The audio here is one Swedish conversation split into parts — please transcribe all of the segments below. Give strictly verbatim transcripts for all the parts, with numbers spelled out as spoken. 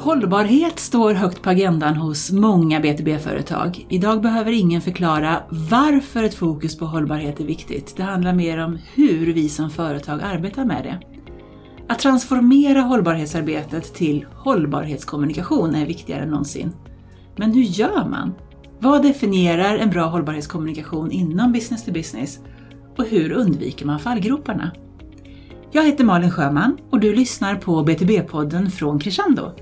Hållbarhet står högt på agendan hos många B two B-företag. Idag behöver ingen förklara varför ett fokus på hållbarhet är viktigt. Det handlar mer om hur vi som företag arbetar med det. Att transformera hållbarhetsarbetet till hållbarhetskommunikation är viktigare än någonsin. Men hur gör man? Vad definierar en bra hållbarhetskommunikation inom business to business? Och hur undviker man fallgroparna? Jag heter Malin Sjöman och du lyssnar på B two B-podden från Crescendo.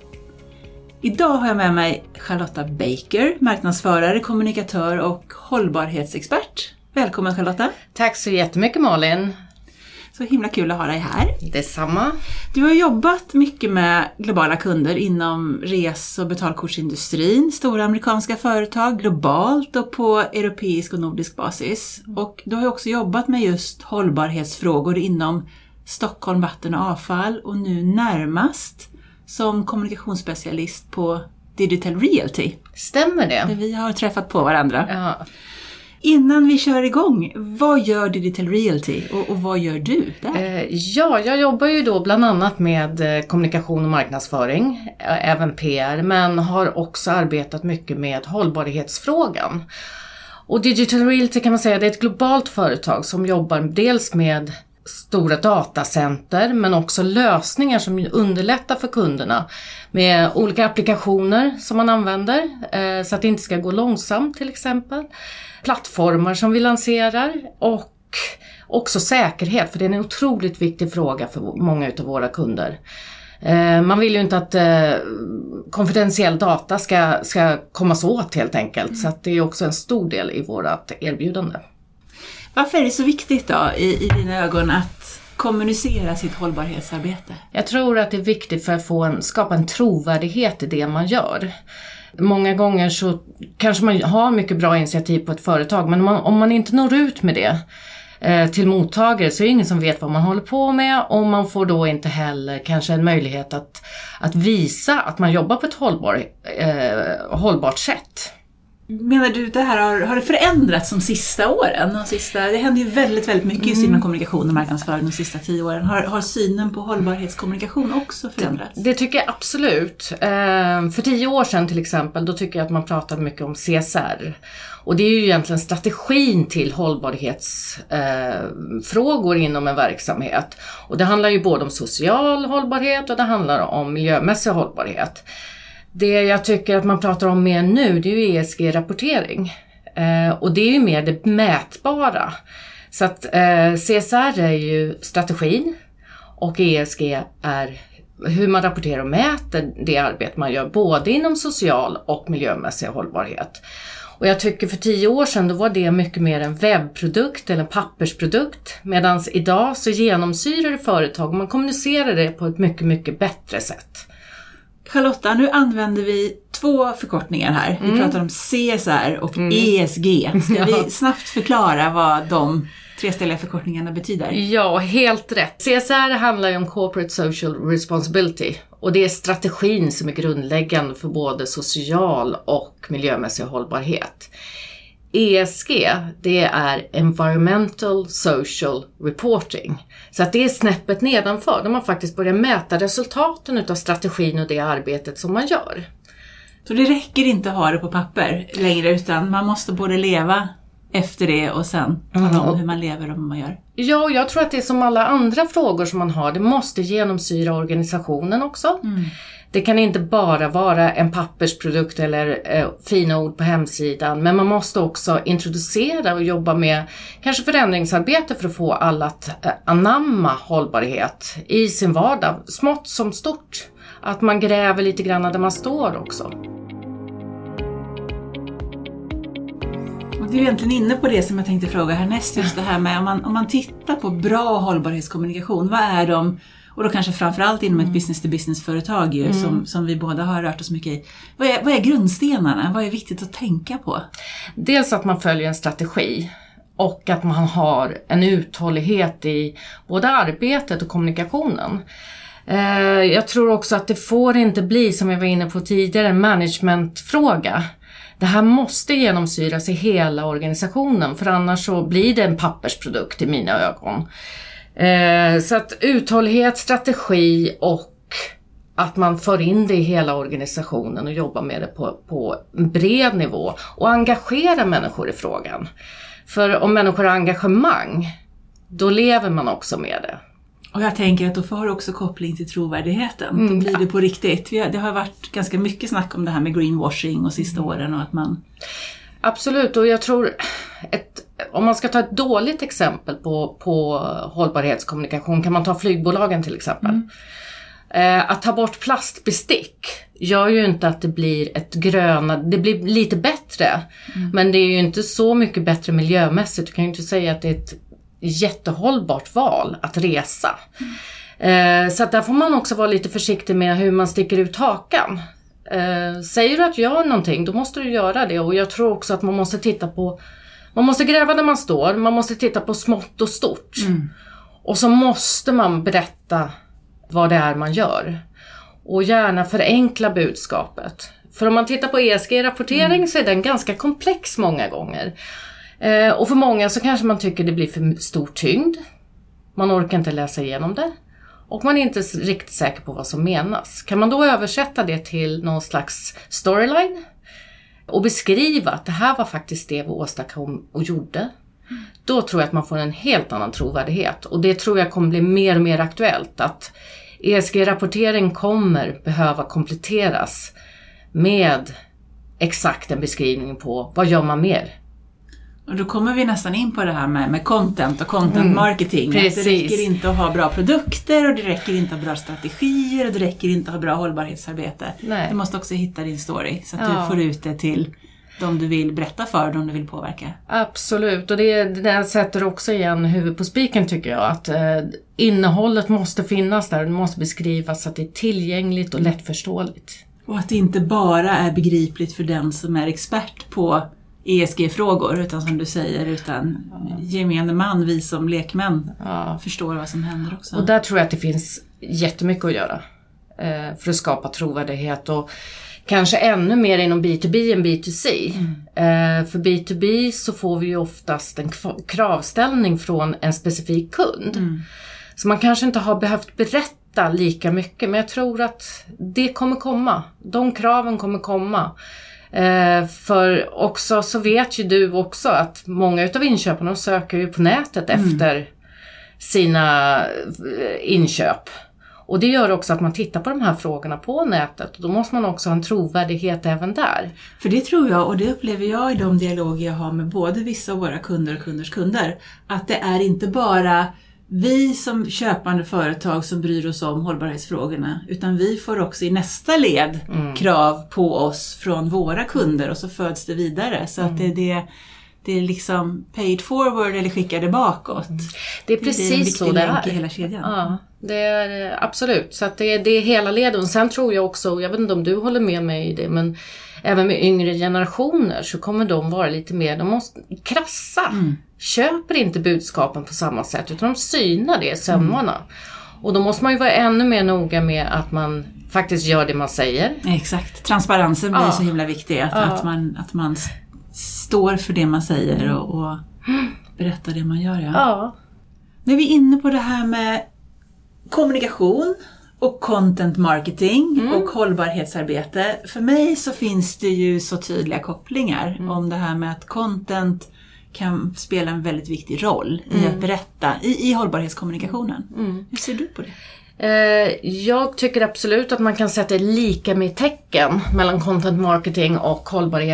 Idag har jag med mig Charlotta Baker, marknadsförare, kommunikatör och hållbarhetsexpert. Välkommen Charlotta. Tack så jättemycket Malin. Så himla kul att ha dig här. Detsamma. Du har jobbat mycket med globala kunder inom res- och betalkortsindustrin, stora amerikanska företag globalt och på europeisk och nordisk basis. Och du har också jobbat med just hållbarhetsfrågor inom Stockholm Vatten och Avfall och nu närmast som kommunikationsspecialist på Digital Realty. Stämmer det? Där vi har träffat på varandra. Ja. Innan vi kör igång, vad gör Digital Realty och, och vad gör du där? Eh, ja, jag jobbar ju då bland annat med eh, kommunikation och marknadsföring, eh, även P R, men har också arbetat mycket med hållbarhetsfrågan. Och Digital Realty kan man säga det är ett globalt företag som jobbar dels med stora datacenter men också lösningar som underlättar för kunderna med olika applikationer som man använder eh, så att det inte ska gå långsamt till exempel. Plattformar som vi lanserar och också säkerhet för det är en otroligt viktig fråga för många av våra kunder. Eh, man vill ju inte att eh, konfidentiell data ska, ska kommas åt helt enkelt mm. så att det är också en stor del i vårt erbjudande. Varför är det så viktigt då i, i dina ögon att kommunicera sitt hållbarhetsarbete? Jag tror att det är viktigt för att få en, skapa en trovärdighet i det man gör. Många gånger så kanske man har mycket bra initiativ på ett företag men om man, om man inte når ut med det eh, till mottagare så är det ingen som vet vad man håller på med och man får då inte heller kanske en möjlighet att, att visa att man jobbar på ett hållbar, eh, hållbart sätt. Menar du det här har, har det förändrats de sista åren? De sista, det händer ju väldigt, väldigt mycket mm. inom kommunikation och marknadsföring de sista tio åren. Har, har synen på hållbarhetskommunikation också förändrats? Det, det tycker jag absolut. Eh, för tio år sedan till exempel, då tycker jag att man pratade mycket om C S R. Och det är ju egentligen strategin till hållbarhetsfrågor eh, inom en verksamhet. Och det handlar ju både om social hållbarhet och det handlar om miljömässig hållbarhet. Det jag tycker att man pratar om mer nu det är ju E S G-rapportering eh, och det är ju mer det mätbara. Så att eh, C S R är ju strategin och E S G är hur man rapporterar och mäter det arbete man gör både inom social och miljömässig hållbarhet. Och jag tycker för tio år sedan då var det mycket mer en webbprodukt eller en pappersprodukt medan idag så genomsyrar det företag och man kommunicerar det på ett mycket mycket bättre sätt. Charlotta, nu använder vi två förkortningar här. Vi mm. pratar om C S R och mm. E S G. Ska ja. vi snabbt förklara vad de treställiga förkortningarna betyder? Ja, helt rätt. C S R handlar ju om Corporate Social Responsibility. Och det är strategin som är grundläggande för både social och miljömässig hållbarhet. E S G, det är Environmental Social Reporting. Så att det är snäppet nedanför där man faktiskt börjar mäta resultaten av strategin och det arbetet som man gör. Så det räcker inte att ha det på papper längre utan man måste både leva efter det och sen tala om mm. hur man lever och vad man gör. Ja, och jag tror att det är som alla andra frågor som man har. Det måste genomsyra organisationen också. Mm. Det kan inte bara vara en pappersprodukt eller eh, fina ord på hemsidan. Men man måste också introducera och jobba med kanske förändringsarbete för att få alla att eh, anamma hållbarhet i sin vardag. Smått som stort. Att man gräver lite grann där man står också. Och du är egentligen inne på det som jag tänkte fråga härnäst. Just det här med om man, om man tittar på bra hållbarhetskommunikation. Vad är de? Och då kanske framförallt inom ett business-to-business-företag ju, mm. som, som vi båda har rört oss mycket i. Vad är, vad är grundstenarna? Vad är viktigt att tänka på? Dels att man följer en strategi och att man har en uthållighet i både arbetet och kommunikationen. Eh, jag tror också att det får inte bli, som jag var inne på tidigare, en managementfråga. Det här måste genomsyras i hela organisationen för annars så blir det en pappersprodukt i mina ögon. Eh, så att uthållighet, strategi och att man för in det i hela organisationen och jobbar med det på, på en bred nivå och engagerar människor i frågan. För om människor har engagemang, då lever man också med det. Och jag tänker att då får det också koppling till trovärdigheten. Mm, då blir det på riktigt. Det har varit ganska mycket snack om det här med greenwashing och sista mm. åren och att man... Absolut, och jag tror ett, om man ska ta ett dåligt exempel på, på hållbarhetskommunikation kan man ta flygbolagen till exempel. Mm. Eh, att ta bort plastbestick gör ju inte att det blir ett gröna, det blir lite bättre. Mm. Men det är ju inte så mycket bättre miljömässigt. Du kan ju inte säga att det är ett jättehållbart val att resa. Mm. Eh, så att där får man också vara lite försiktig med hur man sticker ut hakan. Eh, säger du att gör någonting, då måste du göra det. Och jag tror också att man måste titta på, man måste gräva där man står, man måste titta på smått och stort. Mm. Och så måste man berätta vad det är man gör. Och gärna förenkla budskapet. För om man tittar på E S G-rapportering mm. så är den ganska komplex många gånger. Eh, och för många så kanske man tycker det blir för stor tyngd. Man orkar inte läsa igenom det. Och man är inte riktigt säker på vad som menas. Kan man då översätta det till någon slags storyline? Och beskriva att det här var faktiskt det vi åstadkom och gjorde. Mm. Då tror jag att man får en helt annan trovärdighet. Och det tror jag kommer bli mer och mer aktuellt. Att E S G-rapportering kommer behöva kompletteras med exakt en beskrivning på vad gör man mer. Och då kommer vi nästan in på det här med, med content och content mm, marketing. Precis. Det räcker inte att ha bra produkter och det räcker inte att ha bra strategier och det räcker inte att ha bra hållbarhetsarbete. Nej. Du måste också hitta din story så att ja. du får ut det till de du vill berätta för, de du vill påverka. Absolut, och det, det där sätter också igen huvud på spiken tycker jag. Att eh, innehållet måste finnas där, det måste beskrivas så att det är tillgängligt och lättförståeligt. Och att det inte bara är begripligt för den som är expert på E S G-frågor, utan som du säger, utan ja. gemene man, vi som lekmän ja. förstår vad som händer också. Och där tror jag att det finns jättemycket att göra eh, för att skapa trovärdighet och kanske ännu mer inom B to B än B to C. Mm. Eh, för B to B så får vi ju oftast en kravställning från en specifik kund. Mm. Så man kanske inte har behövt berätta lika mycket, men jag tror att det kommer komma. De kraven kommer komma. Eh, för också så vet ju du också att många utav inköparna söker ju på nätet mm. efter sina inköp. Och det gör också att man tittar på de här frågorna på nätet. Och då måste man också ha en trovärdighet även där. För det tror jag, och det upplever jag i de dialoger jag har med både vissa av våra kunder och kunders kunder. Att det är inte bara vi som köpande företag som bryr oss om hållbarhetsfrågorna. Utan vi får också i nästa led mm. krav på oss från våra kunder. Och så föds det vidare. Så mm. att det är det... Det är liksom pay it forward eller skicka det bakåt. Mm. Det är precis det är en så det är. I hela kedjan. Ja, det är absolut. Så att det, är, det är hela leden. Och sen tror jag också, jag vet inte om du håller med mig i det, men även med yngre generationer så kommer de vara lite mer, de måste krassa. Mm. Köper inte budskapen på samma sätt utan de synar det i sömmarna. Mm. Och då måste man ju vara ännu mer noga med att man faktiskt gör det man säger. Exakt. Transparensen blir ja. så himla viktig. Att, ja. att man... Att man står för det man säger och, och berättar det man gör. Ja. Ja. Nu är vi inne på det här med kommunikation och content marketing mm. och hållbarhetsarbete. För mig så finns det ju så tydliga kopplingar mm. om det här med att content kan spela en väldigt viktig roll mm. i att berätta i, i hållbarhetskommunikationen. Mm. Hur ser du på det? Jag tycker absolut att man kan sätta lika med tecken mellan content marketing och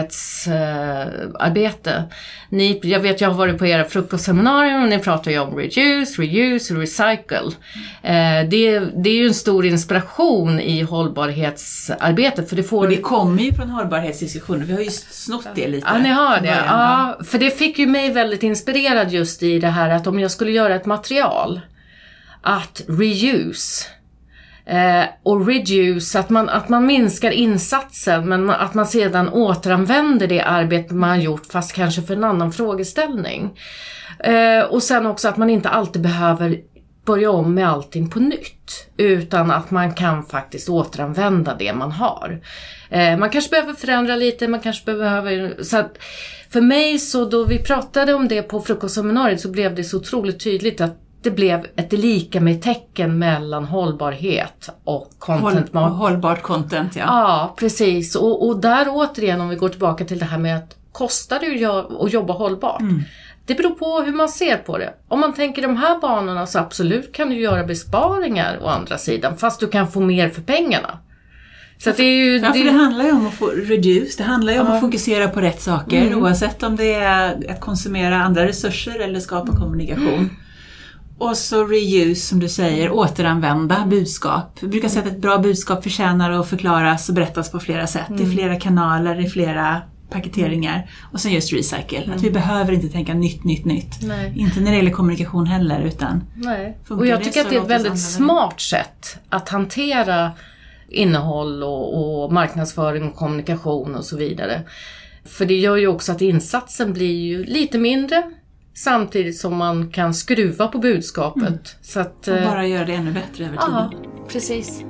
hållbarhetsarbete. Ni, jag vet jag har varit på era frukostseminarium och ni pratar ju om reduce, reuse och recycle. Det, det är ju en stor inspiration i hållbarhetsarbetet. För det, får... och det kommer ju från hållbarhetsdiskussioner, vi har ju snott det lite. Ja, ni har det. Ja, för det fick ju mig väldigt inspirerad just i det här att om jag skulle göra ett material att reuse eh, och reduce, att man, att man minskar insatsen men att man sedan återanvänder det arbete man har gjort fast kanske för en annan frågeställning. Eh, och sen också att man inte alltid behöver börja om med allting på nytt utan att man kan faktiskt återanvända det man har. Eh, man kanske behöver förändra lite, man kanske behöver... Så att för mig så då vi pratade om det på frukostseminariet så blev det så otroligt tydligt att det blev ett lika med tecken mellan hållbarhet och content. Håll, och hållbart content, ja. Ja, precis. Och, och där återigen, om vi går tillbaka till det här med att kostar det att jobba hållbart? Mm. Det beror på hur man ser på det. Om man tänker de här banorna så absolut kan du göra besparingar å andra sidan. Fast du kan få mer för pengarna. Så att det är ju... Ja, för det handlar ju om att få reduce. Det handlar ju om ja. att fokusera på rätt saker. Mm. Oavsett om det är att konsumera andra resurser eller skapa mm. kommunikation. Mm. Och så reuse, som du säger, återanvända budskap. Jag brukar säga att ett bra budskap förtjänar att förklaras och berättas på flera sätt. Mm. I flera kanaler, i flera paketeringar. Och sen just recycle. Mm. Att vi behöver inte tänka nytt, nytt, nytt. Nej. Inte när det gäller kommunikation heller. Utan Nej. Och jag tycker att det är ett väldigt smart sätt att hantera innehåll och, och marknadsföring och kommunikation och så vidare. För det gör ju också att insatsen blir ju lite mindre. Samtidigt som man kan skruva på budskapet. Mm. Så att, och bara göra det ännu bättre över tiden. Ja, precis.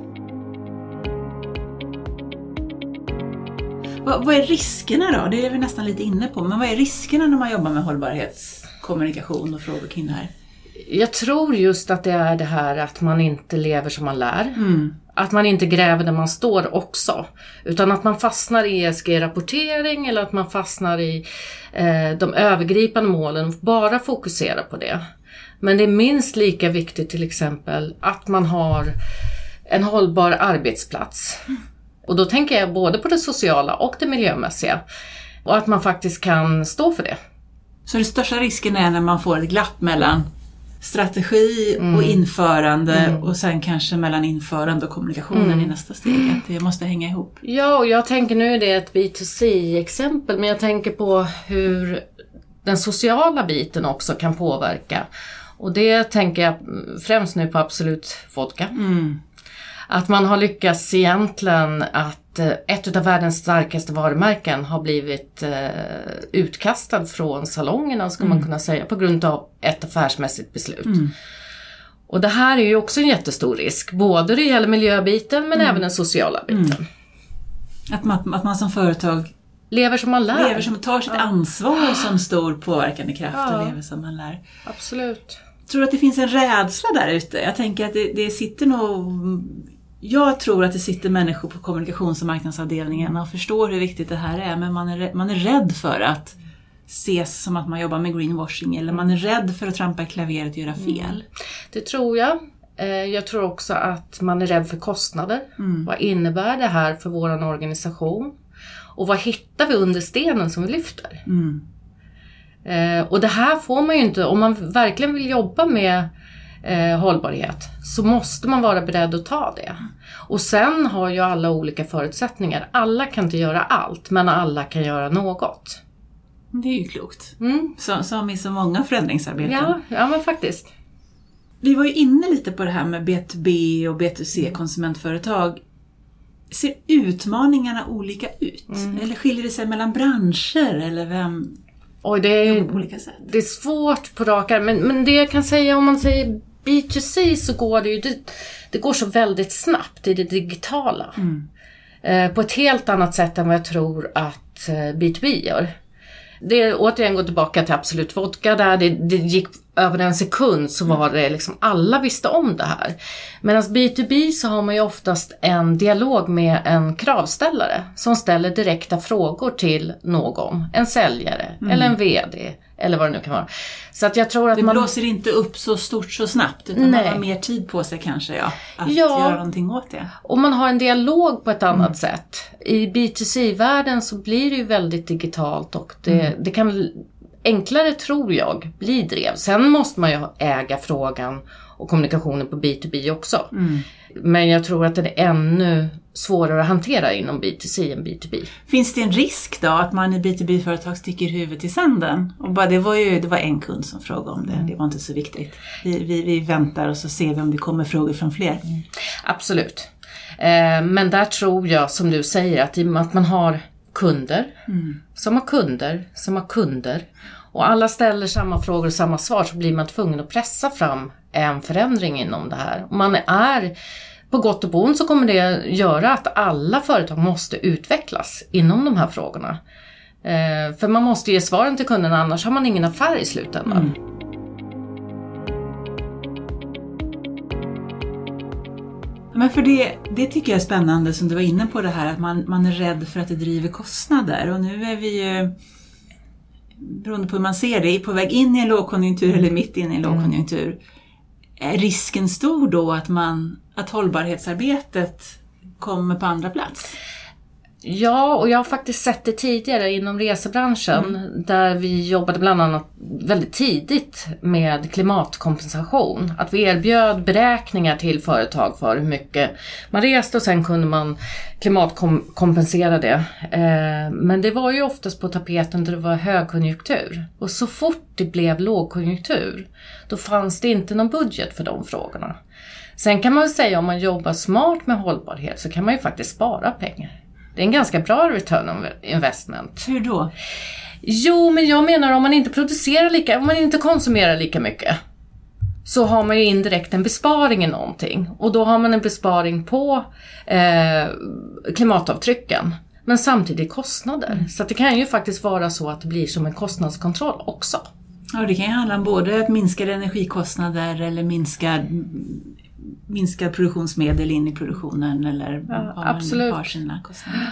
Vad, vad är riskerna då? Det är vi nästan lite inne på. Men vad är riskerna när man jobbar med hållbarhetskommunikation och frågor kring det här? Jag tror just att det är det här att man inte lever som man lär. Mm. Att man inte gräver där man står också. Utan att man fastnar i E S G-rapportering eller att man fastnar i eh, de övergripande målen och bara fokuserar på det. Men det är minst lika viktigt till exempel att man har en hållbar arbetsplats. Och då tänker jag både på det sociala och det miljömässiga. Och att man faktiskt kan stå för det. Så den största risken är när man får ett glapp mellan strategi mm. och införande mm. och sen kanske mellan införande och kommunikationen mm. i nästa steg. Att det måste hänga ihop. Ja, och jag tänker nu är det ett B två C-exempel, men jag tänker på hur den sociala biten också kan påverka. Och det tänker jag främst nu på Absolut Vodka. Mm. Att man har lyckats egentligen att ett av världens starkaste varumärken har blivit eh, utkastad från salongerna, ska mm. man kunna säga, på grund av ett affärsmässigt beslut. Mm. Och det här är ju också en jättestor risk, både det gäller miljöbiten men mm. även den sociala biten. Mm. Att, man, att man som företag lever som man lär. Lever som tar sitt ja. ansvar som stor påverkande kraft ja. och lever som man lär. Absolut. Tror du att det finns en rädsla där ute? Jag tänker att det, det sitter nog... Jag tror att det sitter människor på kommunikations- och marknadsavdelningen och förstår hur viktigt det här är. Men man är, man är rädd för att ses som att man jobbar med greenwashing. Eller man är rädd för att trampa i klaveret och göra fel. Mm. Det tror jag. Jag tror också att man är rädd för kostnader. Mm. Vad innebär det här för vår organisation? Och vad hittar vi under stenen som vi lyfter? Mm. Och det här får man ju inte, om man verkligen vill jobba med Eh, hållbarhet, så måste man vara beredd att ta det. Och sen har ju alla olika förutsättningar. Alla kan inte göra allt, men alla kan göra något. Det är ju klokt. Mm. Så, som i så många förändringsarbeten. Ja, ja, men faktiskt. Vi var ju inne lite på det här med B två B och B två C konsumentföretag. Ser utmaningarna olika ut? Mm. Eller skiljer det sig mellan branscher? Eller vem... Oj, det är, på olika sätt. Det är svårt på raka, men, men det jag kan säga, om man säger B två C, så går det ju det, det går så väldigt snabbt i det digitala. Mm. Eh, på ett helt annat sätt än vad jag tror att eh, B två B gör. Det är återigen gå tillbaka till Absolut Vodka, där det, det gick över en sekund så var det liksom, alla visste om det här. Medan B två B så har man ju oftast en dialog med en kravställare som ställer direkta frågor till någon, en säljare mm. eller en vd eller vad det nu kan vara. Så att jag tror att det man blåser inte upp så stort så snabbt, utan Nej. man har mer tid på sig kanske ja, att ja. göra någonting åt det. Och man har en dialog på ett annat mm. sätt. I B två C-världen så blir det ju väldigt digitalt och det, mm. det kan enklare, tror jag, bli drev. Sen måste man ju äga frågan och kommunikationen på B två B också. Mm. Men jag tror att det är ännu svårare att hantera inom B två C än B två B. Finns det en risk då att man i B två B-företag sticker huvudet i sanden? Och bara, det var ju det var en kund som frågade om det. Mm. Det var inte så viktigt. Vi, vi, vi väntar och så ser vi om det kommer frågor från fler. Mm. Absolut. Eh, men där tror jag, som du säger, att, att man har kunder mm. som har kunder som har kunder. Och alla ställer samma frågor och samma svar, så blir man tvungen att pressa fram en förändring inom det här. Om man är på gott och på ont, så kommer det göra att alla företag måste utvecklas inom de här frågorna. Eh, för man måste ge svaren till kunderna, annars har man ingen affär i slutändan. Mm. Men för det, det tycker jag är spännande som du var inne på det här att man, man är rädd för att det driver kostnader. Och nu är vi ju, beroende på hur man ser det, på väg in i en lågkonjunktur eller mitt in i en lågkonjunktur. Är risken stor då att, man, att hållbarhetsarbetet kommer på andra plats? Ja, och jag har faktiskt sett det tidigare inom resebranschen mm. där vi jobbade bland annat väldigt tidigt med klimatkompensation. Att vi erbjöd beräkningar till företag för hur mycket man reste och sen kunde man klimatkompensera det. Men det var ju oftast på tapeten där det var högkonjunktur. Och så fort det blev lågkonjunktur, då fanns det inte någon budget för de frågorna. Sen kan man säga om man jobbar smart med hållbarhet så kan man ju faktiskt spara pengar. Det är en ganska bra return on investment. Hur då? Jo, men jag menar om man inte producerar lika, om man inte konsumerar lika mycket så har man ju indirekt en besparing i någonting. Och då har man en besparing på eh, klimatavtrycken. Men samtidigt kostnader. Mm. Så att det kan ju faktiskt vara så att det blir som en kostnadskontroll också. Ja, det kan ju handla om både minskade energikostnader eller minskad... minskad produktionsmedel in i produktionen eller ja, vad absolut. Man har sina kostnader.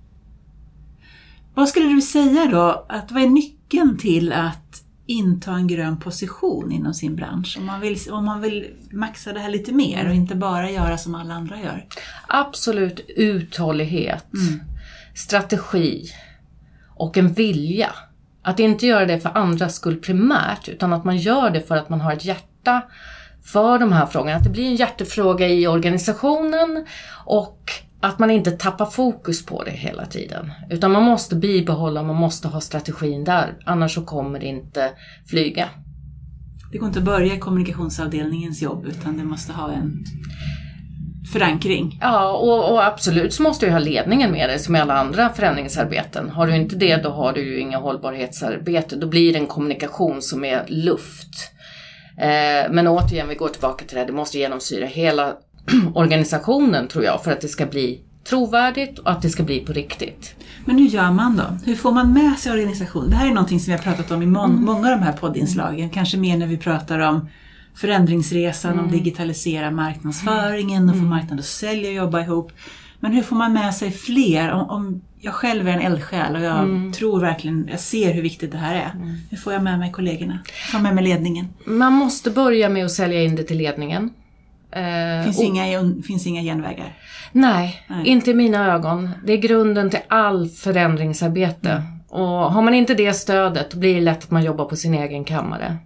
Vad skulle du säga då, att vad är nyckeln till att inta en grön position inom sin bransch? Om man vill, om man vill maxa det här lite mer och inte bara göra som alla andra gör. Absolut uthållighet, mm. strategi och en vilja. Att inte göra det för andras skull primärt utan att man gör det för att man har ett hjärta för de här frågorna. Att det blir en hjärtefråga i organisationen och att man inte tappar fokus på det hela tiden. Utan man måste bibehålla, man måste ha strategin där. Annars så kommer det inte flyga. Det går inte att börja i kommunikationsavdelningens jobb utan det måste ha en förankring. Ja, och, och absolut så måste du ha ledningen med dig som i alla andra förändringsarbeten. Har du inte det, då har du ju inga hållbarhetsarbete. Då blir det en kommunikation som är luft. Men återigen, vi går tillbaka till det. Det måste genomsyra hela organisationen tror jag för att det ska bli trovärdigt och att det ska bli på riktigt. Men hur gör man då? Hur får man med sig organisationen? Det här är någonting som vi har pratat om i må- mm. många av de här poddinslagen. Kanske mer när vi pratar om förändringsresan, mm. om digitalisera marknadsföringen och få marknaden att sälja och jobba ihop. Men hur får man med sig fler? Om, om jag själv är en eldsjäl och jag mm. tror verkligen, jag ser hur viktigt det här är. Mm. Hur får jag med mig kollegorna? Hur får jag med mig ledningen? Man måste börja med att sälja in det till ledningen. Finns, och, inga, finns inga genvägar? Nej, nej, inte i mina ögon. Det är grunden till all förändringsarbete. Mm. Och har man inte det stödet då blir det lätt att man jobbar på sin egen kammare.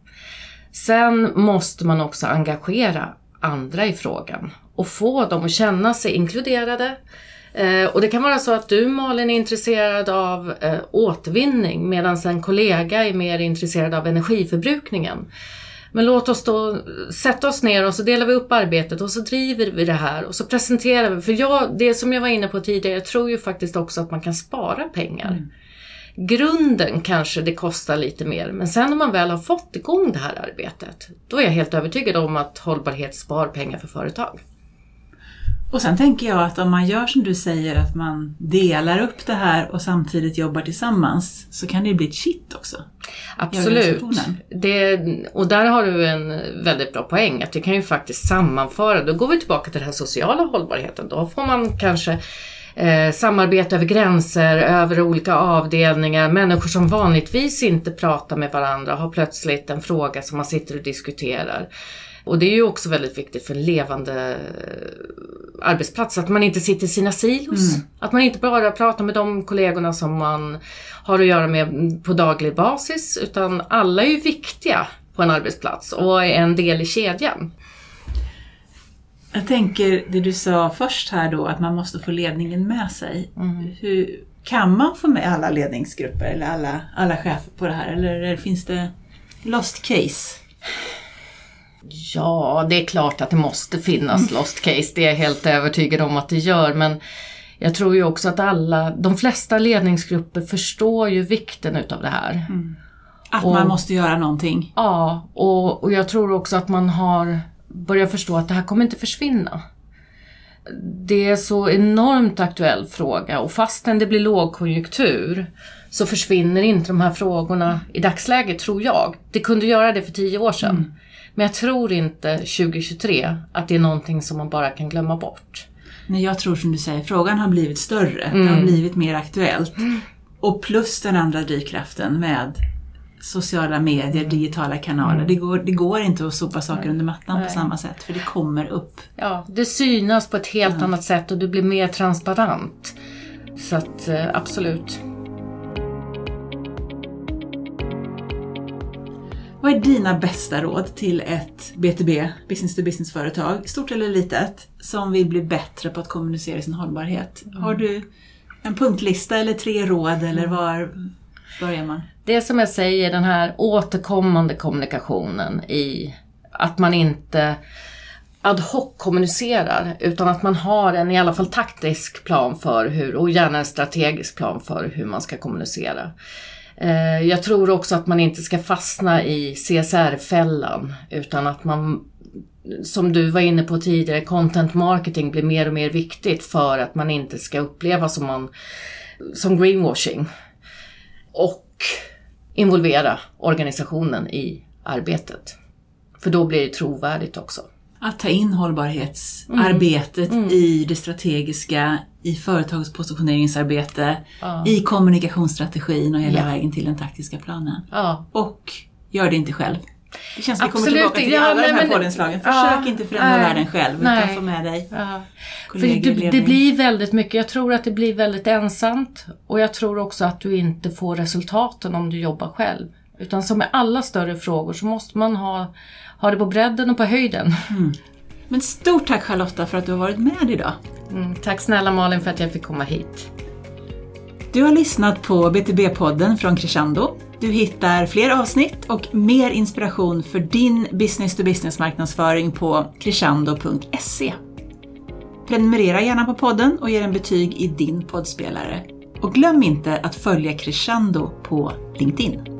Sen måste man också engagera andra i frågan. Och få dem att känna sig inkluderade. Eh, och det kan vara så att du, Malin, är intresserad av eh, återvinning medan en kollega är mer intresserad av energiförbrukningen. Men låt oss då sätta oss ner och så delar vi upp arbetet och så driver vi det här och så presenterar vi. För jag, det som jag var inne på tidigare, jag tror ju faktiskt också att man kan spara pengar. Mm. Grunden kanske det kostar lite mer, men sen när man väl har fått igång det här arbetet, då är jag helt övertygad om att hållbarhet spar pengar för företag. Och sen tänker jag att om man gör som du säger, att man delar upp det här och samtidigt jobbar tillsammans, så kan det ju bli ett shit också. Absolut. Det, och där har du en väldigt bra poäng, att det kan ju faktiskt sammanföra. Då går vi tillbaka till den här sociala hållbarheten. Då får man kanske eh, samarbeta över gränser, över olika avdelningar. Människor som vanligtvis inte pratar med varandra har plötsligt en fråga som man sitter och diskuterar. Och det är ju också väldigt viktigt för en levande arbetsplats. Att man inte sitter i sina silos. Mm. Att man inte bara pratar med de kollegorna som man har att göra med på daglig basis. Utan alla är ju viktiga på en arbetsplats och är en del i kedjan. Jag tänker det du sa först här då, att man måste få ledningen med sig. Mm. Hur kan man få med alla ledningsgrupper eller alla, alla chefer på det här? Eller finns det lost case? Ja, det är klart att det måste finnas lost case. Det är jag helt övertygad om att det gör. Men jag tror ju också att alla, de flesta ledningsgrupper förstår ju vikten utav det här. Mm. Att och, man måste göra någonting. Ja, och, och jag tror också att man har börjat förstå att det här kommer inte försvinna. Det är så enormt aktuell fråga. Och fastän det blir lågkonjunktur så försvinner inte de här frågorna i dagsläget, tror jag. Det kunde göra det för tio år sedan. Mm. Men jag tror inte tjugohundratjugotre att det är någonting som man bara kan glömma bort. Nej, jag tror som du säger, frågan har blivit större. Mm. Det har blivit mer aktuellt. Mm. Och plus den andra drivkraften med sociala medier, mm. digitala kanaler. Mm. Det, går, det går inte att sopa saker mm. under mattan Nej. På samma sätt. För det kommer upp. Ja, det synas på ett helt ja. annat sätt och det blir mer transparent. Så att absolut. Vad är dina bästa råd till ett B to B, business to business företag, stort eller litet, som vill bli bättre på att kommunicera sin hållbarhet? Mm. Har du en punktlista eller tre råd eller var börjar man? Det som jag säger, den här återkommande kommunikationen i att man inte ad hoc kommunicerar utan att man har en i alla fall taktisk plan för hur, och gärna en strategisk plan för hur man ska kommunicera. Jag tror också att man inte ska fastna i C S R-fällan utan att man, som du var inne på tidigare, content marketing blir mer och mer viktigt för att man inte ska uppleva som, man, som greenwashing. Och involvera organisationen i arbetet. För då blir det trovärdigt också. Att ta in hållbarhetsarbetet mm. Mm. i det strategiska, i företagets positioneringsarbete, ja. I kommunikationsstrategin och hela ja. vägen till den taktiska planen. Ja. Och gör det inte själv. Det känns att vi kommer tillbaka till ja, alla nej, de här poddenslagen. Försök ja, inte förändra nej, världen själv nej. Utan få med dig ja. kollegor. För det, det blir väldigt mycket. Jag tror att det blir väldigt ensamt. Och jag tror också att du inte får resultaten om du jobbar själv. Utan som med alla större frågor så måste man ha, ha det på bredden och på höjden. Mm. Men stort tack Charlotta för att du har varit med idag. Mm, tack snälla Malin för att jag fick komma hit. Du har lyssnat på B to B-podden från Crescendo. Du hittar fler avsnitt och mer inspiration för din business-to-business-marknadsföring på crescendo punkt se. Prenumerera gärna på podden och ge en betyg i din poddspelare. Och glöm inte att följa Crescendo på LinkedIn.